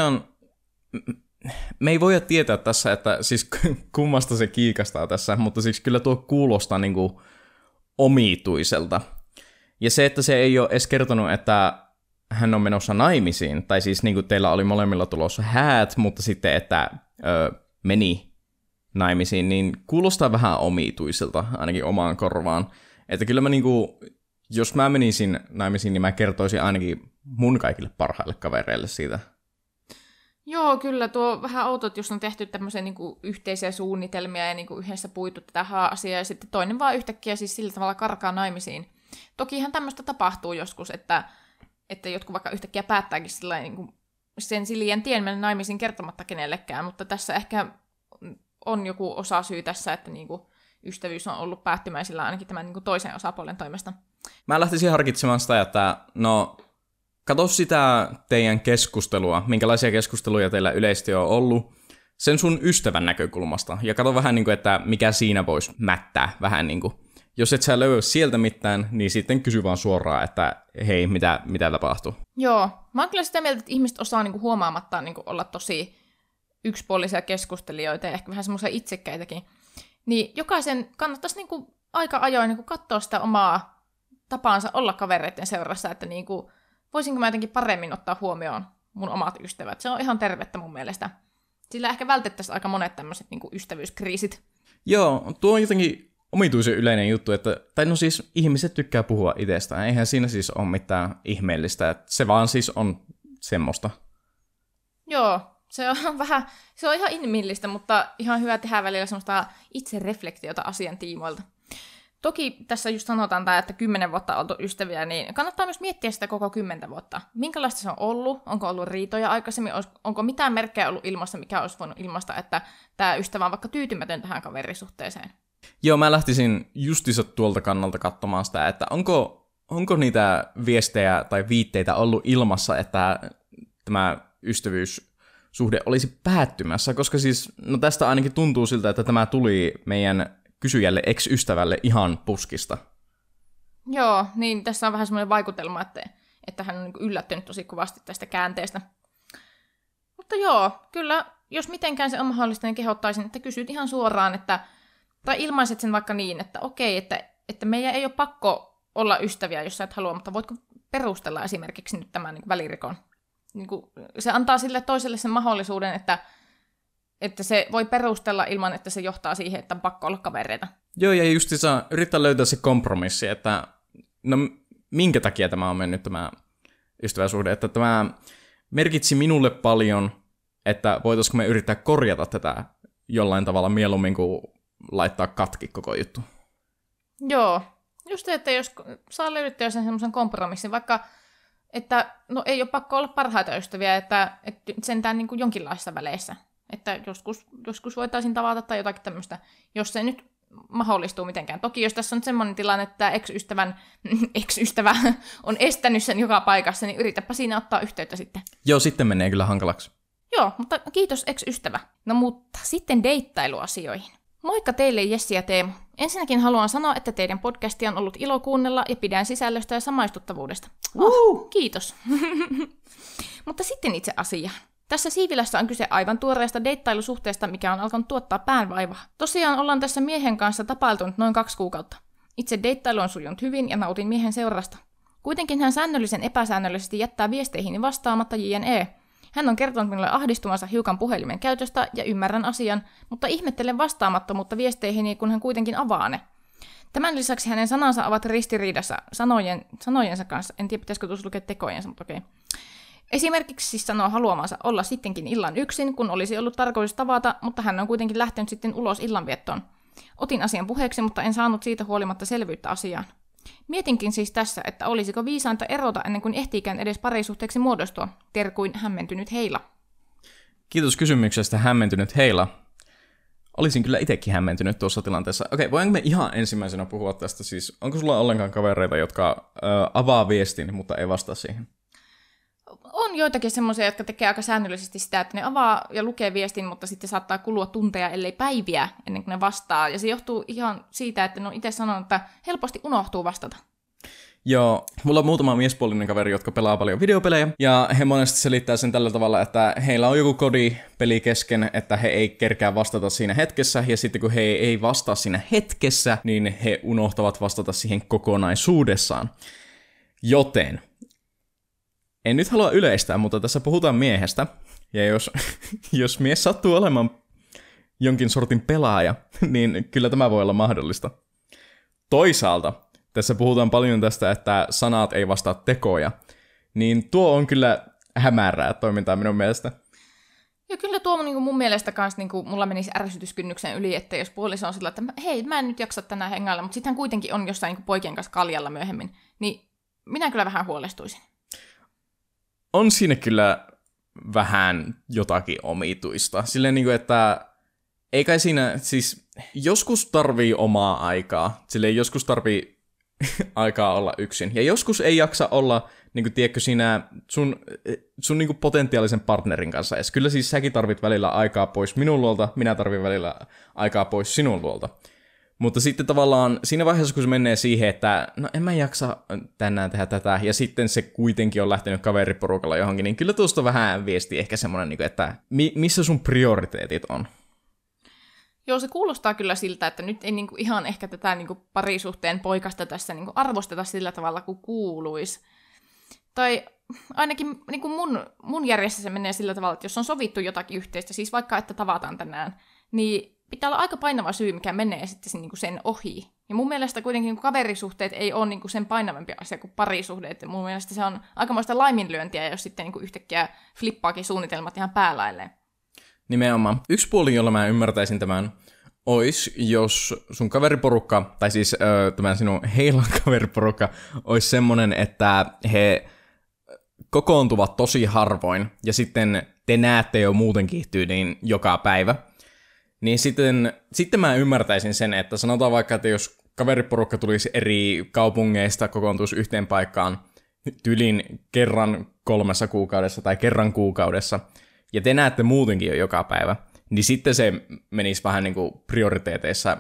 me ei voida tietää tässä, että siis kummasta se kiikastaa tässä, mutta siis kyllä tuo kuulostaa niinku omituiselta. Ja se, että se ei ole edes kertonut, että hän on menossa naimisiin, tai siis niin kuin teillä oli molemmilla tulossa häät, mutta sitten, että meni naimisiin, niin kuulostaa vähän omituiselta, ainakin omaan korvaan. Että kyllä mä niinku, jos mä menisin naimisiin, niin mä kertoisin ainakin mun kaikille parhaille kavereille siitä. Joo, kyllä tuo vähän outo, että jos on tehty tämmöisiä niinku yhteisiä suunnitelmia ja niinku yhdessä puitu tätä asiaa, ja sitten toinen vaan yhtäkkiä siis sillä tavalla karkaa naimisiin. Tokihan tämmöistä tapahtuu joskus, että jotkut vaikka yhtäkkiä päättääkin niin sen siliän tien mennä naimisiin kertomatta kenellekään, mutta tässä ehkä on joku osa syy tässä, että niin kuin ystävyys on ollut päättymäisillä ainakin tämän niin kuin toisen osapuolen toimesta. Mä lähtisin harkitsemaan sitä, että no, kato sitä teidän keskustelua, minkälaisia keskusteluja teillä yleisesti on ollut, sen sun ystävän näkökulmasta. Ja kato vähän niin kuin, että mikä siinä voisi mättää vähän niin kuin. Jos et sä löyä sieltä mitään, niin sitten kysy vaan suoraan, että hei, mitä tapahtuu. Joo, mä oon kyllä sitä mieltä, että ihmiset osaa niinku huomaamatta niinku olla tosi yksipuolisia keskustelijoita ja ehkä vähän semmoisia itsekkäitäkin. Niin jokaisen kannattaisi niinku aika ajoin niinku katsoa sitä omaa tapaansa olla kavereiden seurassa, että niinku, voisinko mä jotenkin paremmin ottaa huomioon mun omat ystävät. Se on ihan tervettä mun mielestä. Sillä ehkä vältettäisiin aika monet tämmöiset niinku ystävyyskriisit. Joo, tuo on jotenkin omituisen yleinen juttu, että, tai no siis ihmiset tykkää puhua itsestään, eihän siinä siis ole mitään ihmeellistä, että se vaan siis on semmoista. Joo, se on ihan inhimillistä, mutta ihan hyvä tehdä välillä semmoista itsereflektiota asian tiimoilta. Toki tässä just sanotaan tämä, että 10 vuotta oltu ystäviä, niin kannattaa myös miettiä sitä koko 10 vuotta. Minkälaista se on ollut? Onko ollut riitoja aikaisemmin? Onko mitään merkkejä ollut ilmassa, mikä olisi voinut ilmaista, että tämä ystävä on vaikka tyytymätön tähän kaverisuhteeseen? Joo, mä lähtisin justiinsa tuolta kannalta katsomaan sitä, että onko niitä viestejä tai viitteitä ollut ilmassa, että tämä ystävyyssuhde olisi päättymässä, koska siis, no tästä ainakin tuntuu siltä, että tämä tuli meidän kysyjälle ex-ystävälle ihan puskista. Joo, niin tässä on vähän semmoinen vaikutelma, että hän on niin yllättynyt tosi kovasti tästä käänteestä. Mutta joo, kyllä, jos mitenkään se on mahdollista, niin kehottaisin, että kysyt ihan suoraan, tai ilmaiset sen vaikka niin, että okei, että meidän ei ole pakko olla ystäviä, jos sä et halua, mutta voitko perustella esimerkiksi nyt tämän niin välirikon? Niin kuin, se antaa sille toiselle sen mahdollisuuden, että se voi perustella ilman, että se johtaa siihen, että on pakko olla kavereita. Joo, ja just saa yrittää löytää se kompromissi, että no minkä takia tämä on mennyt tämä ystäväsuhde, että tämä merkitsi minulle paljon, että voitaisiko me yrittää korjata tätä jollain tavalla mieluummin kuin laittaa katki koko juttu. Joo, just se, että jos saa löydettyä sen semmoisen kompromissin, vaikka että no ei ole pakko olla parhaita ystäviä, että sentään niin kuin jonkinlaisissa väleissä. Että joskus voitaisiin tavata tai jotakin tämmöistä, jos se nyt mahdollistuu mitenkään. Toki jos tässä on semmoinen tilanne, että ex-ystävä on estänyt sen joka paikassa, niin yritäpä siinä ottaa yhteyttä sitten. Joo, sitten menee kyllä hankalaksi. Joo, mutta kiitos ex-ystävä. No mutta sitten deittailuasioihin. Moikka teille Jessi ja Teemu. Ensinnäkin haluan sanoa, että teidän podcastia on ollut ilo kuunnella ja pidän sisällöstä ja samaistuttavuudesta. Kiitos. Mutta sitten itse asiaan. Tässä Siivilässä on kyse aivan tuoreesta deittailusuhteesta, mikä on alkanut tuottaa päänvaivaa. Tosiaan ollaan tässä miehen kanssa tapailtunut noin 2 kuukautta. Itse deittailu on sujunut hyvin ja nautin miehen seurasta. Kuitenkin hän säännöllisen epäsäännöllisesti jättää viesteihini vastaamatta JNE. Hän on kertonut minulle ahdistumansa hiukan puhelimen käytöstä ja ymmärrän asian, mutta ihmettelen vastaamattomuutta viesteihini, kun hän kuitenkin avaa ne. Tämän lisäksi hänen sanansa ovat ristiriidassa sanojensa kanssa. En tiedä, pitäisikö tuossa lukea tekojensa, mutta okei. Esimerkiksi siis sanoo haluamansa olla sittenkin illan yksin, kun olisi ollut tarkoitus tavata, mutta hän on kuitenkin lähtenyt sitten ulos illanviettoon. Otin asian puheeksi, mutta en saanut siitä huolimatta selvyyttä asiaan. Mietinkin siis tässä, että olisiko viisainta erota ennen kuin ehtiikään edes parisuhteeksi muodostua, terkuin hämmentynyt Heila. Kiitos kysymyksestä, hämmentynyt Heila. Olisin kyllä itsekin hämmentynyt tuossa tilanteessa. Okei, voinko me ihan ensimmäisenä puhua tästä siis? Onko sulla ollenkaan kavereita, jotka avaa viestin, mutta ei vastaa siihen? On joitakin semmoisia, jotka tekee aika säännöllisesti sitä, että ne avaa ja lukee viestin, mutta sitten saattaa kulua tunteja, ellei päiviä, ennen kuin ne vastaa. Ja se johtuu ihan siitä, että ne on itse sanonut, että helposti unohtuu vastata. Joo, mulla on muutama miespuolinen kaveri, jotka pelaa paljon videopelejä, ja he monesti selittää sen tällä tavalla, että heillä on joku kodipeli kesken, että he ei kerkää vastata siinä hetkessä, ja sitten kun he ei vastaa siinä hetkessä, niin he unohtavat vastata siihen kokonaisuudessaan. Joten en nyt halua yleistää, mutta tässä puhutaan miehestä, ja jos mies sattuu olemaan jonkin sortin pelaaja, niin kyllä tämä voi olla mahdollista. Toisaalta tässä puhutaan paljon tästä, että sanat ei vastaa tekoja, niin tuo on kyllä hämärää toimintaa minun mielestä. Ja kyllä tuo on mun mielestä kanssa, mulla menisi ärsytyskynnyksen yli, että jos puoliso on sillä, että hei, mä en nyt jaksa tänään hengailla, mutta sitten hän kuitenkin on jossain poikien kanssa kaljalla myöhemmin, niin minä kyllä vähän huolestuisin. On siinä kyllä vähän jotakin omituista. Silleen, että ei kai siinä, siis joskus tarvii omaa aikaa, silleen joskus tarvii aikaa olla yksin. Ja joskus ei jaksa olla, niin kuin tiedätkö, siinä sun niin kuin potentiaalisen partnerin kanssa edes. Kyllä siis säkin tarvit välillä aikaa pois minun luolta, minä tarvin välillä aikaa pois sinun luolta. Mutta sitten tavallaan siinä vaiheessa, kun se menee siihen, että no en mä jaksa tänään tehdä tätä, ja sitten se kuitenkin on lähtenyt kaveriporukalla johonkin, niin kyllä tuosta vähän viesti ehkä semmoinen, että missä sun prioriteetit on. Joo, se kuulostaa kyllä siltä, että nyt ei niinku ihan ehkä tätä niinku parisuhteen poikasta tässä niinku arvosteta sillä tavalla kuin kuuluisi. Tai ainakin niinku mun järjessä se menee sillä tavalla, että jos on sovittu jotakin yhteistä, siis vaikka että tavataan tänään, niin pitää olla aika painava syy, mikä menee sitten niinku sen ohi. Ja mun mielestä kuitenkin niinku kaverisuhteet ei ole niinku sen painavampi asia kuin parisuhde. Et mun mielestä se on aikamoista laiminlyöntiä, jos sitten niinku yhtäkkiä flippaakin suunnitelmat ihan päälailleen. Nimenomaan. Yksi puoli, jolla mä ymmärtäisin tämän, olisi, jos sun kaveriporukka, tai siis tämän sinun heilan kaveriporukka, olisi semmoinen, että he kokoontuvat tosi harvoin, ja sitten te näette jo muutenkin tyyliin joka päivä. Niin sitten mä ymmärtäisin sen, että sanotaan vaikka, että jos kaveriporukka tulisi eri kaupungeista, kokoontuisi yhteen paikkaan tyylin kerran 3 kuukaudessa tai kerran kuukaudessa, ja te näette muutenkin jo joka päivä, niin sitten se menisi vähän niin kuin prioriteeteissa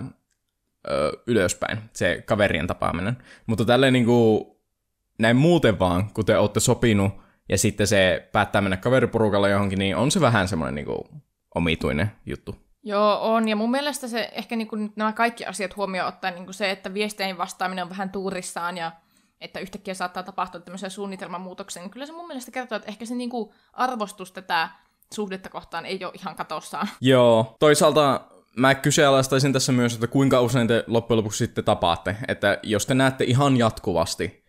ylöspäin, se kaverien tapaaminen. Mutta tälleen niin kuin näin muuten vaan, kun te olette sopinut, ja sitten se päättää mennä kaveriporukalla johonkin, niin on se vähän semmoinen niin kuin omituinen juttu. Joo, on. Ja mun mielestä se ehkä niin kuin nämä kaikki asiat huomioon ottaen niin kuin se, että viesteihin vastaaminen on vähän tuurissaan ja että yhtäkkiä saattaa tapahtua tämmöisiä suunnitelmamuutoksia, niin kyllä se mun mielestä kertoo, että ehkä se niin kuin arvostus tätä suhdetta kohtaan ei ole ihan katossaan. Joo, toisaalta mä kyseenalaistaisin tässä myös, että kuinka usein te loppujen lopuksi sitten tapaatte. Että jos te näette ihan jatkuvasti,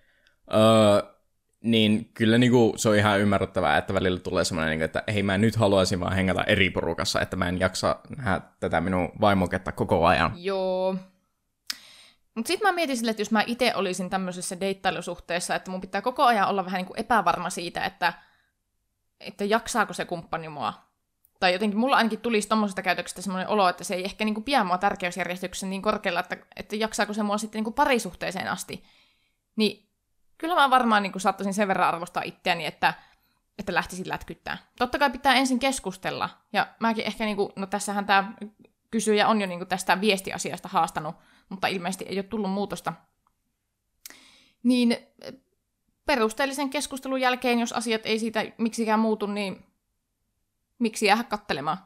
niin kyllä niinku se on ihan ymmärrettävää, että välillä tulee semmoinen, niinku, että hei mä nyt haluaisin vaan hengätä eri porukassa, että mä en jaksa nähdä tätä minun vaimoketta koko ajan. Joo. Mutta sitten mä mietin sille, että jos mä itse olisin tämmöisessä deittailusuhteessa, että mun pitää koko ajan olla vähän niinku epävarma siitä, että jaksaako se kumppani mua. Tai jotenkin mulla ainakin tulisi tommosesta käytöksestä semmoinen olo, että se ei ehkä niinku pidä mua tärkeysjärjestyksessä niin korkealla, että jaksaako se mua sitten niinku parisuhteeseen asti. Niin kyllä mä varmaan niinku saattaisin sen verran arvostaa itseäni, että lähtisin lätkyttää. Totta kai pitää ensin keskustella. Ja mäkin ehkä, niinku, no tässähän tämä kysyjä on jo niinku tästä viestiasiasta haastanut, mutta ilmeisesti ei ole tullut muutosta. Niin perusteellisen keskustelun jälkeen, jos asiat ei siitä miksikään muutu, niin miksi jäädä katselemaan?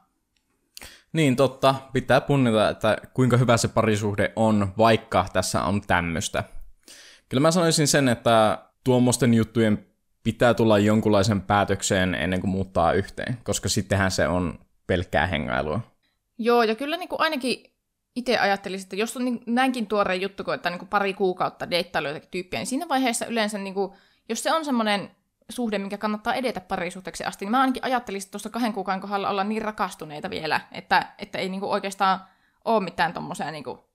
Niin totta, pitää punnita, että kuinka hyvä se parisuhde on, vaikka tässä on tämmöistä. Kyllä mä sanoisin sen, että tuommoisten juttujen pitää tulla jonkunlaisen päätökseen ennen kuin muuttaa yhteen, koska sittenhän se on pelkkää hengailua. Joo, ja kyllä niin kuin ainakin itse ajattelisin, että jos on niin, näinkin tuore juttu, kun että niin kuin pari kuukautta deittailu jotakin tyyppiä, niin siinä vaiheessa yleensä, niin kuin, jos se on semmoinen suhde, minkä kannattaa edetä parisuhteeksi asti, niin mä ainakin ajattelisin, että tuossa 2 kuukauden kohdalla olla niin rakastuneita vielä, että ei niin kuin oikeastaan ole mitään tommosia niin kuin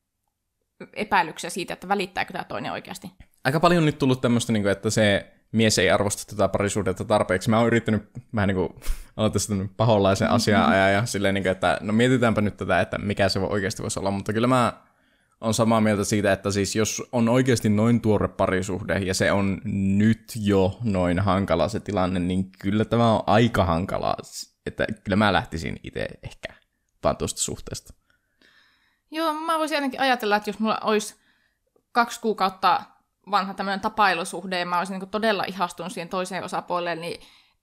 epäilyksiä siitä, että välittääkö tämä toinen oikeasti. Aika paljon on nyt tullut tämmöistä, että se mies ei arvosta tätä parisuhdetta tarpeeksi. Mä oon yrittänyt vähän niin kuin olla tässä paholaisen asianajan ja silleen, että no mietitäänpä nyt tätä, että mikä se oikeasti voisi olla. Mutta kyllä mä oon samaa mieltä siitä, että siis jos on oikeasti noin tuore parisuhde ja se on nyt jo noin hankala se tilanne, niin kyllä tämä on aika hankalaa. Että kyllä mä lähtisin itse ehkä vaan tuosta suhteesta. Joo, mä voisin ainakin ajatella, että jos mulla olisi 2 kuukautta vanha tämmöinen tapailusuhde ja mä olisin niin todella ihastunut siihen toiseen osapuolelle, niin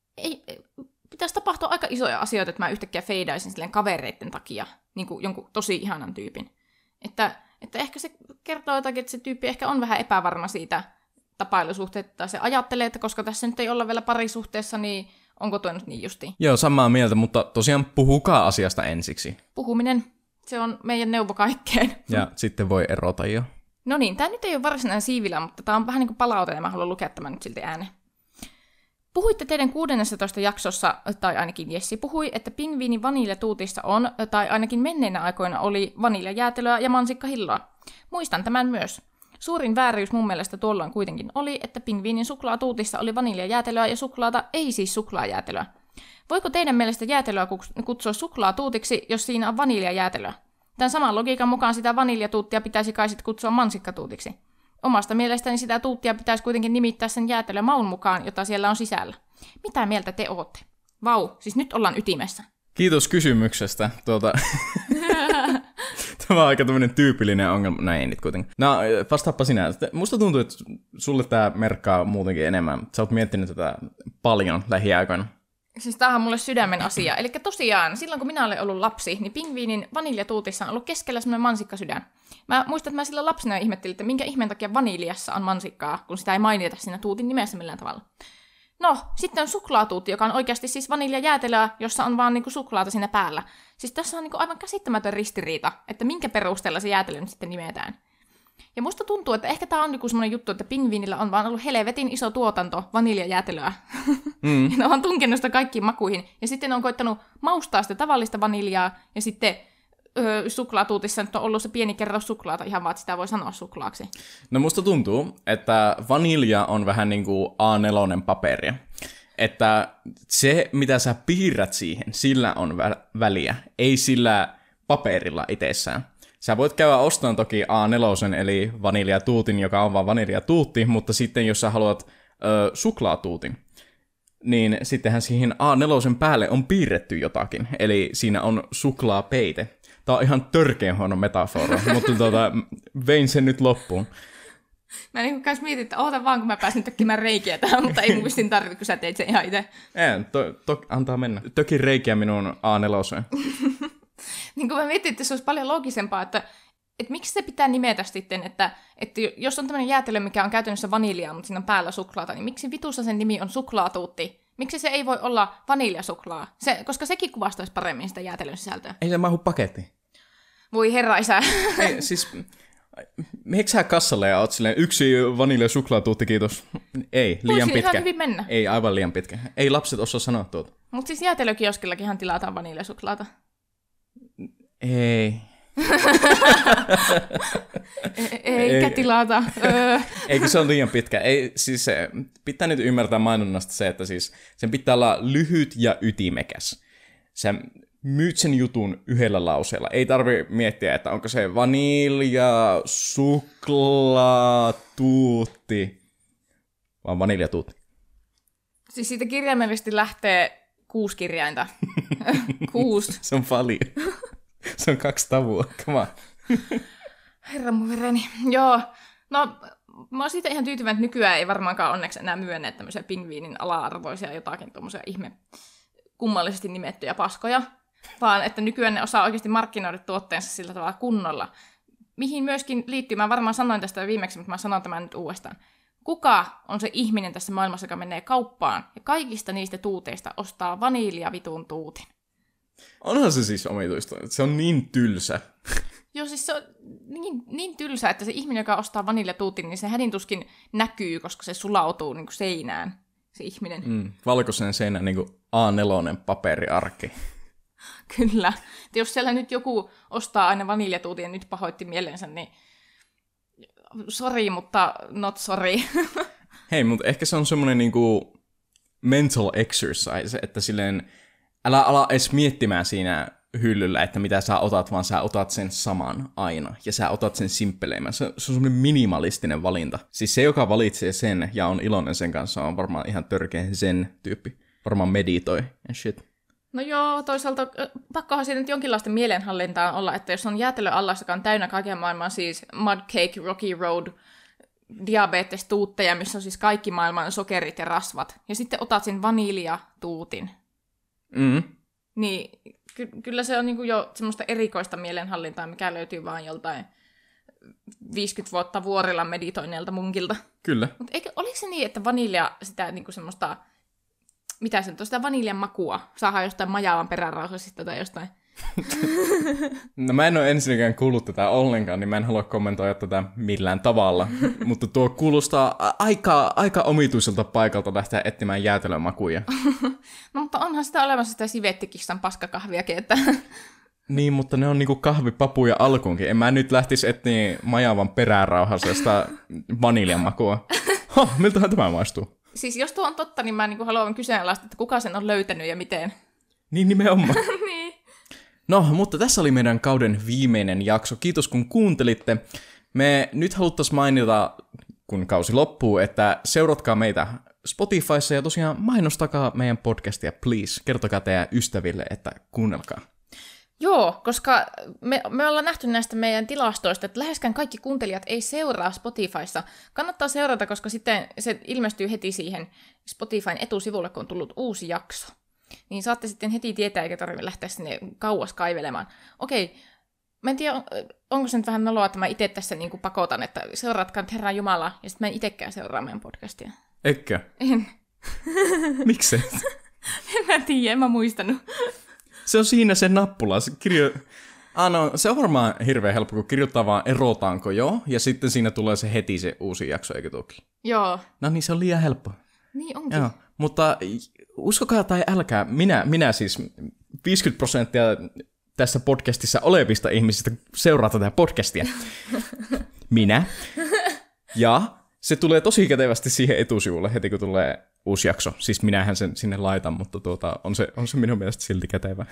pitäisi tapahtua aika isoja asioita, että mä yhtäkkiä feidaisin silleen kavereiden takia niin kuin jonkun tosi ihanan tyypin. Että ehkä se kertoo jotakin, että se tyyppi ehkä on vähän epävarma siitä tapailusuhteesta, tai se ajattelee, että koska tässä nyt ei olla vielä parisuhteessa, niin onko tuo nyt niin justiin? Joo, samaa mieltä, mutta tosiaan puhukaa asiasta ensiksi. Puhuminen, se on meidän neuvo kaikkeen. Ja sitten voi erota jo. No niin, tämä nyt ei ole varsinainen siivilä, mutta tämä on vähän niin kuin palaute, ja mä haluan lukea tämän nyt silti ääneen. Puhuitte teidän 16 jaksossa, tai ainakin Jessi puhui, että pingviinin vaniljatuutissa on, tai ainakin menneinä aikoina oli vaniljajäätelöä ja mansikkahilloa. Muistan tämän myös. Suurin vääryys mun mielestä tuolloin kuitenkin oli, että pingviinin suklaatuutissa oli vaniljajäätelöä ja suklaata, ei siis suklaajäätelöä. Voiko teidän mielestä jäätelöä kutsua suklaatuutiksi, jos siinä on vaniljajäätelöä? Tämän saman logiikan mukaan sitä vaniljatuuttia pitäisi kai sitten kutsua mansikkatuutiksi. Omasta mielestäni sitä tuuttia pitäisi kuitenkin nimittää sen jäätelömaun mukaan, jota siellä on sisällä. Mitä mieltä te ootte? Vau, siis nyt ollaan ytimessä. Kiitos kysymyksestä. Tämä on aika tämmöinen tyypillinen ongelma. No ei nyt kuitenkin. No, vastaappa sinä. Musta tuntuu, että sulle tämä merkkaa muutenkin enemmän. Sä oot miettinyt tätä paljon lähiaikoina. Siis tämähän on mulle sydämen asia. Eli tosiaan, silloin kun minä olen ollut lapsi, niin pingviinin vaniljatuutissa on ollut keskellä semmoinen mansikkasydän. Mä muistan, että mä silloin lapsena ihmettelin, että minkä ihmeen takia vaniljassa on mansikkaa, kun sitä ei mainita siinä tuutin nimessä millään tavalla. No, sitten on suklaatuutti, joka on oikeasti siis vaniljajäätelöä, jossa on vaan niinku suklaata siinä päällä. Siis tässä on niinku aivan käsittämätön ristiriita, että minkä perusteella se jäätelö nyt sitten nimetään. Ja musta tuntuu, että ehkä tää on joku semmoinen juttu, että pingviinillä on vaan ollut helvetin iso tuotanto vaniljajäätelöä. Ja ne on tunkenut sitä kaikkiin makuihin. Ja sitten ne on koittanut maustaa sitä tavallista vaniljaa. Ja sitten suklaatuutissa nyt on ollut se pieni kerros suklaata, ihan vaan, että sitä voi sanoa suklaaksi. No musta tuntuu, että vanilja on vähän niin kuin A4 paperia. Että se, mitä sä piirrät siihen, sillä on väliä. Ei sillä paperilla itsessään. Sä voit käydä ostamaan toki A4, eli vaniljatuutin, joka on vaan vaniljatuutti, mutta sitten jos sä haluat suklaatuutin, niin sittenhän siihen A4 päälle on piirretty jotakin, eli siinä on suklaapeite. Tää on ihan törkeän huono metafora, mutta vein sen nyt loppuun. Mä niin kans mietin, että oota vaan, kun mä pääsin tökkimään reikiä tähän, mutta ei mun vissin tarvitse, kun sä teit sen ihan itse. Antaa mennä. Tökin reikiä minun A4. Niin kuin mä mietin, että se olisi paljon loogisempaa, että miksi se pitää nimetä sitten, että jos on tämmöinen jäätelö, mikä on käytännössä vaniljaa, mutta siinä on päällä suklaata, niin miksi vitussa sen nimi on suklaatuutti? Miksi se ei voi olla vaniljasuklaa? Koska sekin kuvastaisi paremmin sitä jäätelön sisältöä. Ei se mahu pakettiin. Voi herra isä. Ei, siis, meneekö sä kassalle ja oot silleen, yksi vaniljasuklaatuutti, kiitos? Ei, liian pitkä. Ihan hyvin mennä. Ei, aivan liian pitkä. Ei lapset osaa sanoa tuota. Mutta siis jäätelökioskillakinhan tilataan vaniljasuklaata. Ei. Eikä tilata. Eikö se ole liian pitkä? Ei, siis pitää nyt ymmärtää mainonnasta se, että siis sen pitää olla lyhyt ja ytimekäs. Sä myyt sen jutun yhdellä lauseella. Ei tarvitse miettiä, että onko se vanilja, suklaatuutti, vaan vaniljatuutti. Siis siitä kirjaimellisesti lähtee 6 kirjainta. 6. Se on paljon. Se on 2 tavua, come on. Herra mun vereni. Joo, no mä oon siitä ihan tyytyväinen, että nykyään ei varmaankaan onneksi enää myönne tämmöisiä pingviinin ala-arvoisia jotakin tommosia ihme kummallisesti nimettyjä paskoja, vaan että nykyään ne osaa oikeasti markkinoida tuotteensa sillä tavalla kunnolla. Mihin myöskin liittyy, mä varmaan sanoin tästä viimeksi, mutta mä sanon tämän nyt uudestaan. Kuka on se ihminen tässä maailmassa, joka menee kauppaan ja kaikista niistä tuuteista ostaa vaniljavitun tuutin? Onhan se siis omituista. Se on niin tylsä. Joo, siis se on niin tylsä, että se ihminen, joka ostaa vaniljatuutin, niin se hädintuskin näkyy, koska se sulautuu niin kuin seinään, se ihminen. Valkoisen seinän niin kuin A4 paperiarkki. Kyllä. Et jos siellä nyt joku ostaa aina vaniljatuutin ja nyt pahoitti mielensä, niin sorry, mutta not sorry. Hei, mutta ehkä se on semmoinen niinku mental exercise, että silleen älä ala edes miettimään siinä hyllyllä, että mitä sä otat, vaan sä otat sen saman aina. Ja sä otat sen simppeleimmän. Se on semmoinen minimalistinen valinta. Siis se, joka valitsee sen ja on iloinen sen kanssa, on varmaan ihan törkeä zen tyyppi. Varmaan meditoi and shit. No joo, toisaalta pakkohan siinä nyt jonkinlaista mielenhallintaa olla, että jos on jäätelöallas, joka on täynnä kaiken maailman siis Mudcake, Rocky Road, diabetes-tuutteja, missä on siis kaikki maailman sokerit ja rasvat, ja sitten otat sen vaniljatuutin. Niin kyllä se on niinku jo semmoista erikoista mielenhallintaa, mikä löytyy vaan joltain 50 vuotta vuorilla meditoineelta munkilta. Kyllä. Mutta oliko se niin, että vanilja sitä niinku semmoista, mitä se nyt on, sitä vaniljan makua saadaan jostain Majavan perärauhasista tai jostain? No mä en ole ensinnäkään kuullut tätä ollenkaan, niin mä en halua kommentoida tätä millään tavalla. Mutta tuo kuulostaa aika omituiselta paikalta lähteä etsimään jäätelömakuja. No mutta onhan sitä olemassa sitä sivettikissan paskakahviakin, että... Niin, mutta ne on niinku kahvipapuja alkuunkin. En mä nyt lähtisi etsiä Majavan perärauhasesta vaniljamakua. Miltähän tämä maistuu? Siis jos tuo on totta, niin mä niin haluan kyseenalaista, että kuka sen on löytänyt ja miten. Niin nimenomaan. Niin. No, mutta tässä oli meidän kauden viimeinen jakso. Kiitos kun kuuntelitte. Me nyt haluttaisiin mainita, kun kausi loppuu, että seuratkaa meitä Spotifyssa ja tosiaan mainostakaa meidän podcastia, please. Kertokaa teidän ystäville, että kuunnelkaa. Joo, koska me ollaan nähty näistä meidän tilastoista, että läheskään kaikki kuuntelijat ei seuraa Spotifyssa. Kannattaa seurata, koska sitten se ilmestyy heti siihen Spotifyn etusivulle, kun on tullut uusi jakso. Niin saatte sitten heti tietää, eikä tarvitse lähteä sinne kauas kaivelemaan. Okei, mä en tiedä, onko se nyt vähän noloa, että mä itse tässä niin kuin pakotan, että seuraatkaa nyt Herran Jumala, ja sitten mä en itsekään seuraa meidän podcastia. Eikö? En. Miksi? En mä tiedä, en mä muistanut. Se on siinä se nappula. Se on varmaan hirveän helppo, kun kirjoittaa vaan erotaanko jo, ja sitten siinä tulee se heti se uusi jakso, eikö toki? Joo. No niin, se on liian helppo. Niin onkin. Joo, mutta uskokaa tai älkää, minä siis 50% tässä podcastissa olevista ihmisistä seuraa tätä podcastia. Minä. Ja se tulee tosi kätevästi siihen etusivulle heti, kun tulee uusi jakso. Siis minähän sen sinne laitan, mutta on se minun mielestä silti kätevä.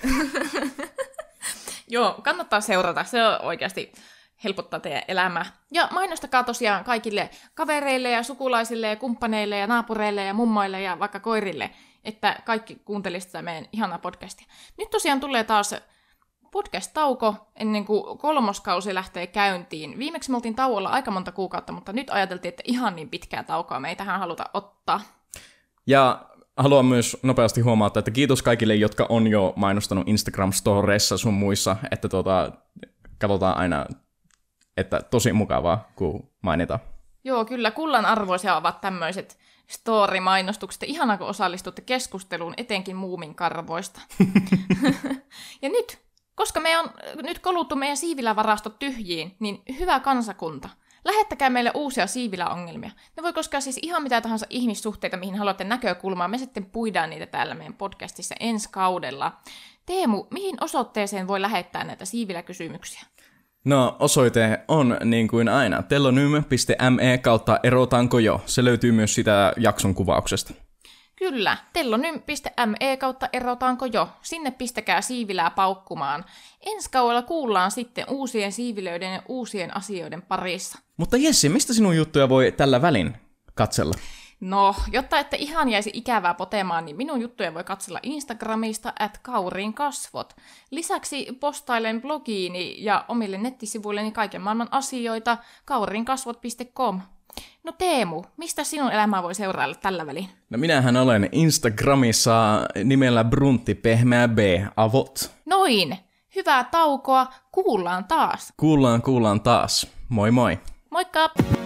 Joo, kannattaa seurata. Se on oikeasti helpottaa teidän elämää. Ja mainostakaa tosiaan kaikille kavereille ja sukulaisille ja kumppaneille ja naapureille ja mummoille ja vaikka koirille, että kaikki kuuntelisivat tätä meidän ihanaa podcastia. Nyt tosiaan tulee taas podcast-tauko ennen kuin 3. kausi lähtee käyntiin. Viimeksi me oltiin tauolla aika monta kuukautta, mutta nyt ajateltiin, että ihan niin pitkää taukoa me ei tähän haluta ottaa. Ja haluan myös nopeasti huomauttaa, että kiitos kaikille, jotka on jo mainostanut Instagram-storeissa sun muissa, että katsotaan aina, että tosi mukavaa, kun mainitaan. Joo, kyllä, kullan arvoisia ovat tämmöiset story-mainostukset. Ihanaa, kun osallistutte keskusteluun, etenkin muuminkarvoista. Ja nyt, koska me on nyt koluttu meidän siivilävarastot tyhjiin, niin hyvä kansakunta, lähettäkää meille uusia siiviläongelmia. Ne voi koskea siis ihan mitä tahansa ihmissuhteita, mihin haluatte näkökulmaa. Me sitten puidaan niitä täällä meidän podcastissa ensi kaudella. Teemu, mihin osoitteeseen voi lähettää näitä siiviläkysymyksiä? No, osoite on niin kuin aina tellonym.me/erotaanko jo. Se löytyy myös sitä jakson kuvauksesta. Kyllä, tellonym.me/erotaanko jo. Sinne pistäkää siivilää paukkumaan. Ensi kaudella kuullaan sitten uusien siivilöiden ja uusien asioiden parissa. Mutta Jessi, mistä sinun juttuja voi tällä välin katsella? No, jotta ette ihan jäisi ikävää potemaan, niin minun juttuja voi katsella Instagramista @kauriinkasvot. Lisäksi postailen blogiini ja omille nettisivuilleni kaiken maailman asioita kauriinkasvot.com. No Teemu, mistä sinun elämää voi seurailla tällä välin? No minähän olen Instagramissa nimellä Bruntti_Pehmeä B. Avot. Noin, hyvää taukoa, kuullaan taas. Kuullaan taas. Moi moi. Moikka!